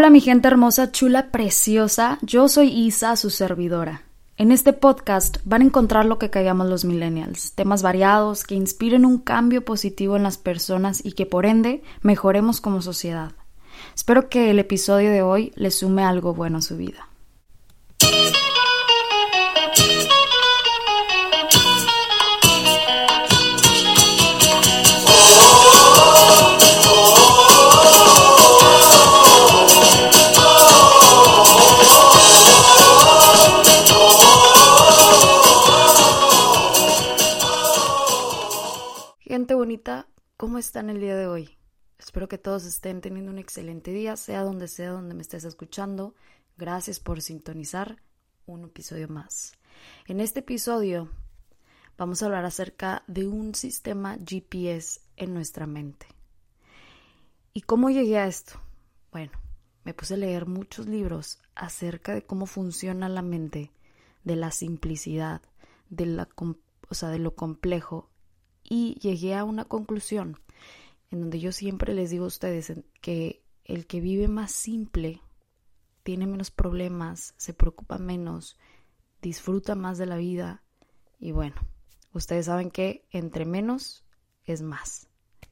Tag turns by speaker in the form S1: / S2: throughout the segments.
S1: Hola mi gente hermosa, chula, preciosa, yo soy Isa, su servidora. En este podcast van a encontrar lo que callamos los millennials, temas variados que inspiren un cambio positivo en las personas y que por ende mejoremos como sociedad. Espero que el episodio de hoy les sume algo bueno a su vida. Gente bonita, ¿cómo están el día de hoy? Espero que todos estén teniendo un excelente día, sea donde me estés escuchando. Gracias por sintonizar un episodio más. En este episodio vamos a hablar acerca de un sistema GPS en nuestra mente. ¿Y cómo llegué a esto? Bueno, me puse a leer muchos libros acerca de cómo funciona la mente, de la simplicidad, de lo complejo. Y llegué a una conclusión en donde yo siempre les digo a ustedes que el que vive más simple tiene menos problemas, se preocupa menos, disfruta más de la vida y bueno, ustedes saben que entre menos es más.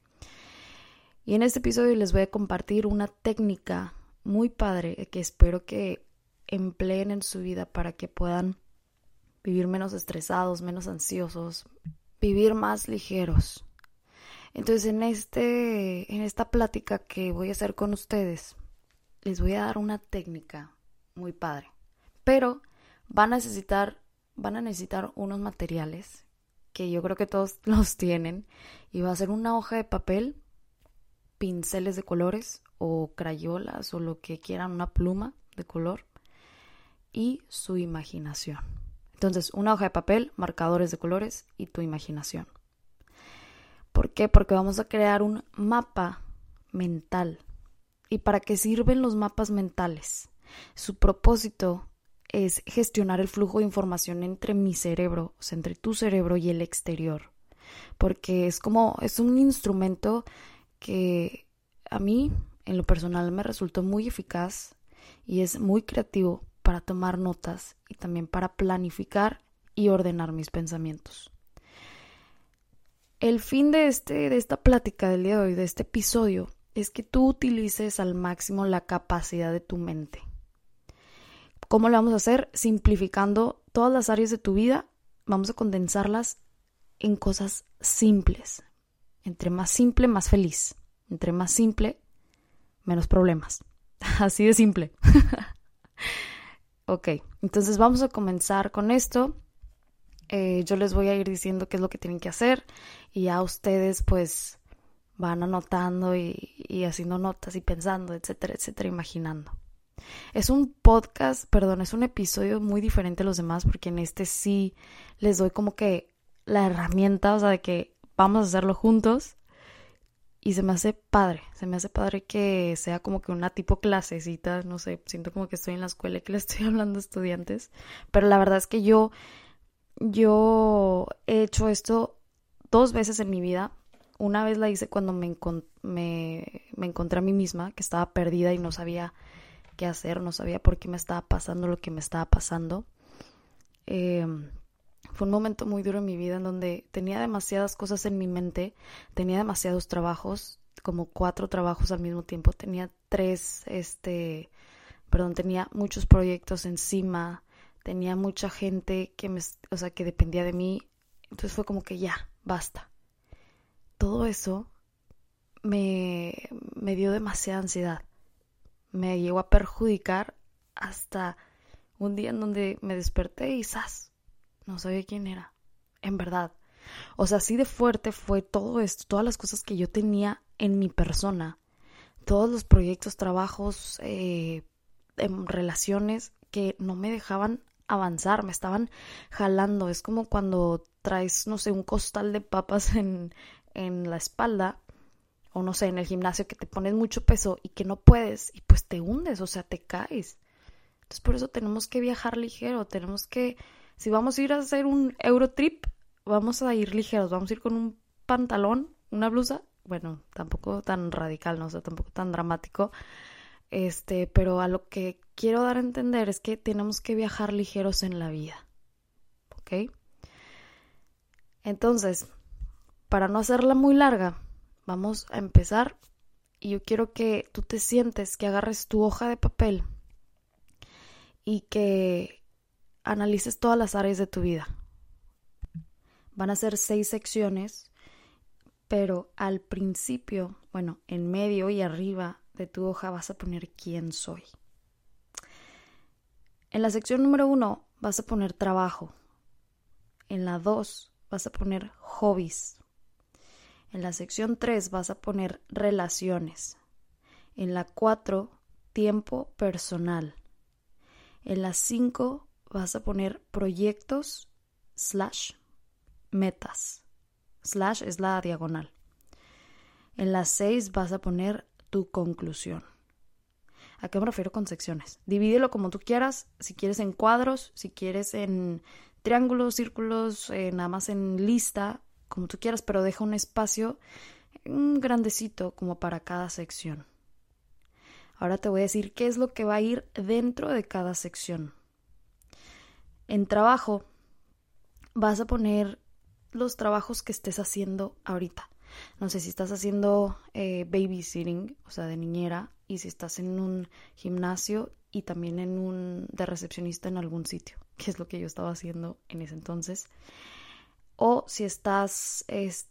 S1: Y en este episodio les voy a compartir una técnica muy padre que espero que empleen en su vida para que puedan vivir menos estresados, menos ansiosos, vivir más ligeros. Entonces en esta plática que voy a hacer con ustedes, les voy a dar una técnica muy padre. Pero van a necesitar unos materiales que yo creo que todos los tienen. Y va a ser una hoja de papel, pinceles de colores o crayolas o lo que quieran, una pluma de color y su imaginación. Entonces, una hoja de papel, marcadores de colores y tu imaginación. ¿Por qué? Porque vamos a crear un mapa mental. ¿Y para qué sirven los mapas mentales? Su propósito es gestionar el flujo de información entre mi cerebro, o sea, entre tu cerebro y el exterior. Porque es un instrumento que a mí, en lo personal, me resultó muy eficaz y es muy creativo para tomar notas y también para planificar y ordenar mis pensamientos. El fin de esta plática del día de hoy, de este episodio, es que tú utilices al máximo la capacidad de tu mente. ¿Cómo lo vamos a hacer? Simplificando todas las áreas de tu vida, vamos a condensarlas en cosas simples. Entre más simple, más feliz. Entre más simple, menos problemas. Así de simple. Ok, entonces vamos a comenzar con esto. Yo les voy a ir diciendo qué es lo que tienen que hacer y ya ustedes pues van anotando y haciendo notas y pensando, etcétera, etcétera, imaginando. Es un episodio muy diferente a los demás porque en este sí les doy como que la herramienta, o sea, de que vamos a hacerlo juntos. Y se me hace padre que sea como que una tipo clasecita, no sé, siento como que estoy en la escuela y que le estoy hablando a estudiantes, pero la verdad es que yo he hecho esto 2 veces en mi vida. Una vez la hice cuando me encontré a mí misma, que estaba perdida y no sabía qué hacer, no sabía por qué me estaba pasando lo que me estaba pasando. Fue un momento muy duro en mi vida en donde tenía demasiadas cosas en mi mente, tenía demasiados trabajos, como 4 trabajos al mismo tiempo, tenía muchos proyectos encima, tenía mucha gente que dependía de mí, entonces fue como que ya, basta. Todo eso me dio demasiada ansiedad, me llegó a perjudicar hasta un día en donde me desperté y ¡zas! No sabía quién era, en verdad. O sea, así de fuerte fue todo esto, todas las cosas que yo tenía en mi persona, todos los proyectos, trabajos, relaciones que no me dejaban avanzar, me estaban jalando. Es como cuando traes, no sé, un costal de papas en la espalda o no sé, en el gimnasio que te pones mucho peso y que no puedes y pues te hundes, o sea, te caes. Entonces por eso tenemos que viajar ligero, si vamos a ir a hacer un Eurotrip, vamos a ir ligeros, vamos a ir con un pantalón, una blusa, bueno, tampoco tan radical, no, o sea, tampoco tan dramático, Pero a lo que quiero dar a entender es que tenemos que viajar ligeros en la vida, ¿ok? Entonces, para no hacerla muy larga, vamos a empezar y yo quiero que tú te sientes, que agarres tu hoja de papel y que analices todas las áreas de tu vida. Van a ser 6 secciones, pero al principio, en medio y arriba de tu hoja vas a poner quién soy. En la sección número 1 vas a poner trabajo. En la 2 vas a poner hobbies. En la sección 3 vas a poner relaciones. En la 4, tiempo personal. En la 5 vas a poner proyectos / metas. / es la diagonal. En la 6 vas a poner tu conclusión. ¿A qué me refiero con secciones? Divídelo como tú quieras, si quieres en cuadros, si quieres en triángulos, círculos, nada más en lista, como tú quieras, pero deja un espacio grandecito como para cada sección. Ahora te voy a decir qué es lo que va a ir dentro de cada sección. En trabajo vas a poner los trabajos que estés haciendo ahorita. No sé si estás haciendo babysitting, o sea, de niñera, y si estás en un gimnasio y también de recepcionista en algún sitio, que es lo que yo estaba haciendo en ese entonces. O si estás,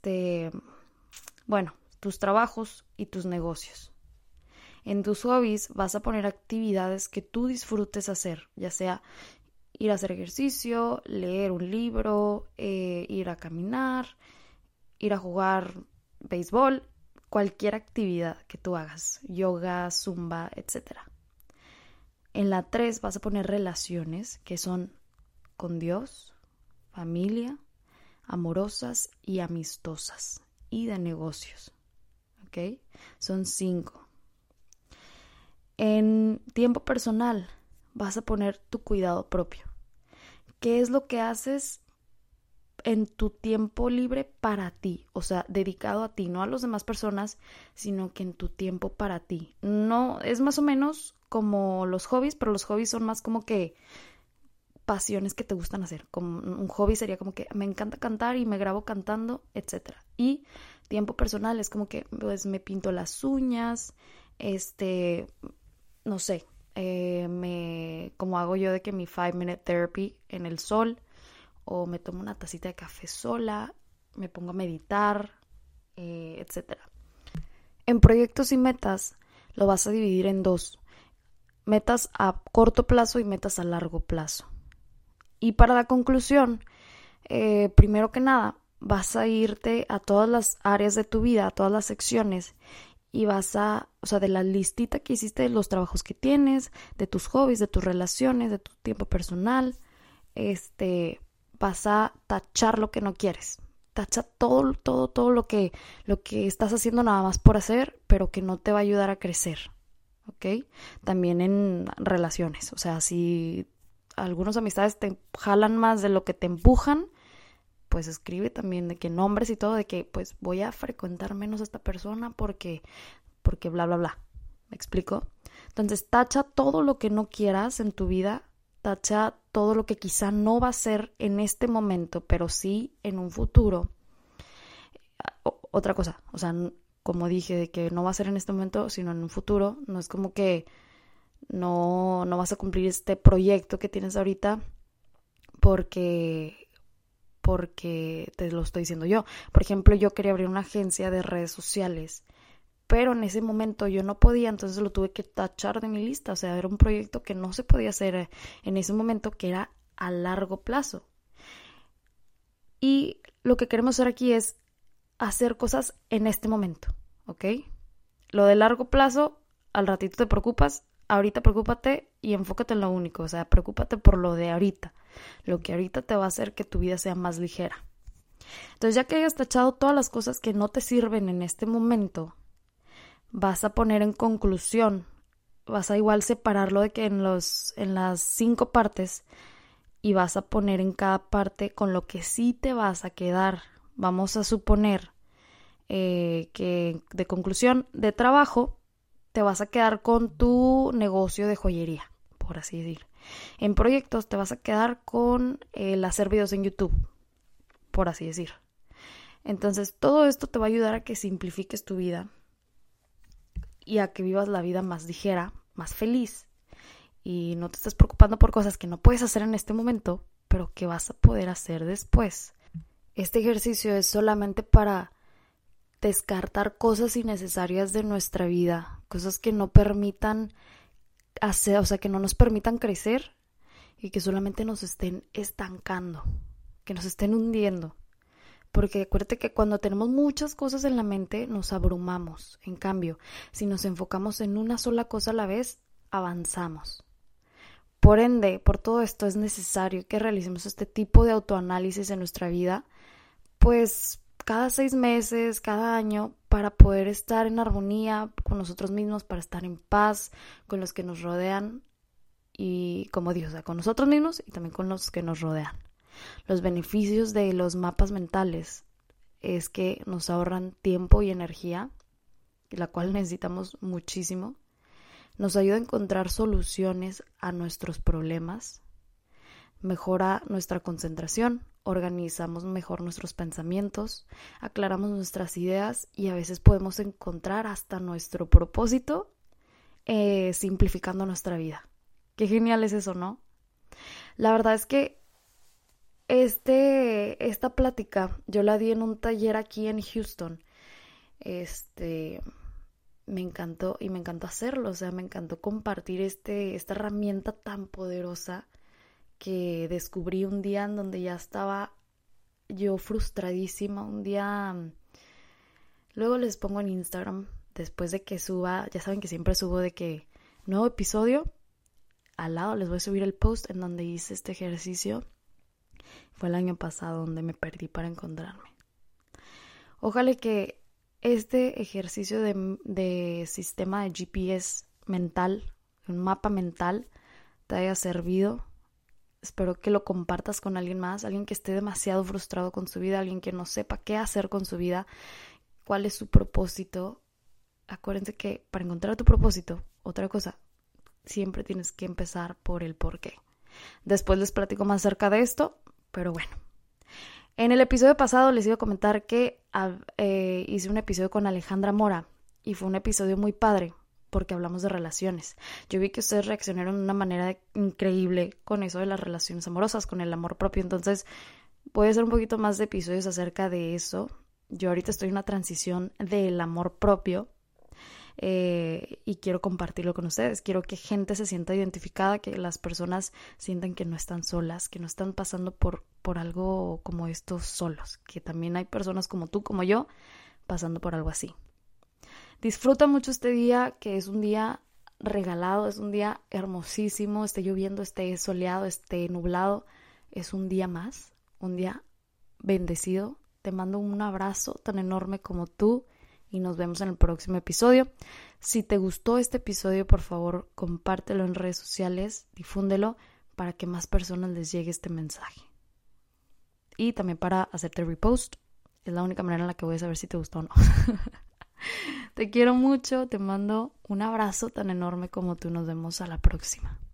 S1: tus trabajos y tus negocios. En tus hobbies vas a poner actividades que tú disfrutes hacer, ya sea ir a hacer ejercicio, leer un libro, ir a caminar, ir a jugar béisbol, cualquier actividad que tú hagas, yoga, zumba, etc. En la 3 vas a poner relaciones que son con Dios, familia, amorosas y amistosas, y de negocios, ¿ok? Son 5. En tiempo personal vas a poner tu cuidado propio. ¿Qué es lo que haces en tu tiempo libre para ti? O sea, dedicado a ti, no a las demás personas, sino que en tu tiempo para ti. No, es más o menos como los hobbies, pero los hobbies son más como que pasiones que te gustan hacer. Como un hobby sería como que me encanta cantar y me grabo cantando, etc. Y tiempo personal es como que pues me pinto las uñas, no sé, como hago yo de que mi 5-minute therapy en el sol, o me tomo una tacita de café sola, me pongo a meditar, etc. En proyectos y metas lo vas a dividir en 2. Metas a corto plazo y metas a largo plazo. Y para la conclusión, primero que nada, vas a irte a todas las áreas de tu vida, a todas las secciones, y de la listita que hiciste de los trabajos que tienes, de tus hobbies, de tus relaciones, de tu tiempo personal, vas a tachar lo que no quieres. Tacha todo lo que estás haciendo nada más por hacer, pero que no te va a ayudar a crecer, ¿ok? También en relaciones, o sea, si algunas amistades te jalan más de lo que te empujan, pues escribe también de que nombres y todo, de que pues voy a frecuentar menos a esta persona porque bla, bla, bla. ¿Me explico? Entonces, tacha todo lo que no quieras en tu vida, tacha todo lo que quizá no va a ser en este momento, pero sí en un futuro. Otra cosa, o sea, como dije, de que no va a ser en este momento, sino en un futuro. No es como que no vas a cumplir este proyecto que tienes ahorita porque te lo estoy diciendo yo. Por ejemplo, yo quería abrir una agencia de redes sociales, pero en ese momento yo no podía, entonces lo tuve que tachar de mi lista. O sea, era un proyecto que no se podía hacer en ese momento, que era a largo plazo. Y lo que queremos hacer aquí es hacer cosas en este momento, ¿ok? Lo de largo plazo, al ratito te preocupas, ahorita preocúpate y enfócate en lo único. O sea, preocúpate por lo de ahorita, lo que ahorita te va a hacer que tu vida sea más ligera. Entonces, ya que hayas tachado todas las cosas que no te sirven en este momento, vas a poner en conclusión, vas a igual separarlo de que en las 5 partes, y vas a poner en cada parte con lo que sí te vas a quedar. Vamos a suponer que de conclusión de trabajo te vas a quedar con tu negocio de joyería, por así decir. En proyectos te vas a quedar con el hacer videos en YouTube, por así decir. Entonces, todo esto te va a ayudar a que simplifiques tu vida y a que vivas la vida más ligera, más feliz. Y no te estés preocupando por cosas que no puedes hacer en este momento, pero que vas a poder hacer después. Este ejercicio es solamente para descartar cosas innecesarias de nuestra vida, cosas que no permitan hacer, o sea, que no nos permitan crecer y que solamente nos estén estancando, que nos estén hundiendo. Porque acuérdate que cuando tenemos muchas cosas en la mente nos abrumamos. En cambio, si nos enfocamos en una sola cosa a la vez, avanzamos. Por ende, por todo esto es necesario que realicemos este tipo de autoanálisis en nuestra vida, pues cada 6 meses, cada año, para poder estar en armonía con nosotros mismos, para estar en paz con los que nos rodean y, como digo, o sea, con nosotros mismos y también con los que nos rodean. Los beneficios de los mapas mentales es que nos ahorran tiempo y energía, la cual necesitamos muchísimo. Nos ayuda a encontrar soluciones a nuestros problemas, mejora nuestra concentración, organizamos mejor nuestros pensamientos, aclaramos nuestras ideas y a veces podemos encontrar hasta nuestro propósito simplificando nuestra vida. Qué genial es eso, ¿no? La verdad es que esta plática yo la di en un taller aquí en Houston. Me encantó y me encantó hacerlo, o sea, me encantó compartir esta herramienta tan poderosa que descubrí un día en donde ya estaba yo frustradísima, un día, luego les pongo en Instagram, después de que suba, ya saben que siempre subo de que nuevo episodio, al lado les voy a subir el post en donde hice este ejercicio. Fue el año pasado donde me perdí para encontrarme. Ojalá que este ejercicio de sistema de GPS mental, un mapa mental, te haya servido. Espero que lo compartas con alguien más, alguien que esté demasiado frustrado con su vida, alguien que no sepa qué hacer con su vida, cuál es su propósito. Acuérdense que para encontrar tu propósito, otra cosa, siempre tienes que empezar por el porqué. Después les platico más acerca de esto, pero bueno. En el episodio pasado les iba a comentar que hice un episodio con Alejandra Mora y fue un episodio muy padre porque hablamos de relaciones. Yo vi que ustedes reaccionaron de una manera increíble con eso de las relaciones amorosas, con el amor propio. Entonces voy a hacer un poquito más de episodios acerca de eso. Yo ahorita estoy en una transición del amor propio y quiero compartirlo con ustedes. Quiero que gente se sienta identificada, que las personas sientan que no están solas, que no están pasando por algo como esto solos, que también hay personas como tú, como yo, pasando por algo así. Disfruta mucho este día, que es un día regalado, es un día hermosísimo, esté lloviendo, esté soleado, esté nublado, es un día más, un día bendecido. Te mando un abrazo tan enorme como tú y nos vemos en el próximo episodio. Si te gustó este episodio, por favor, compártelo en redes sociales, difúndelo para que más personas les llegue este mensaje. Y también para hacerte repost. Es la única manera en la que voy a saber si te gustó o no. Te quiero mucho, te mando un abrazo tan enorme como tú. Nos vemos a la próxima.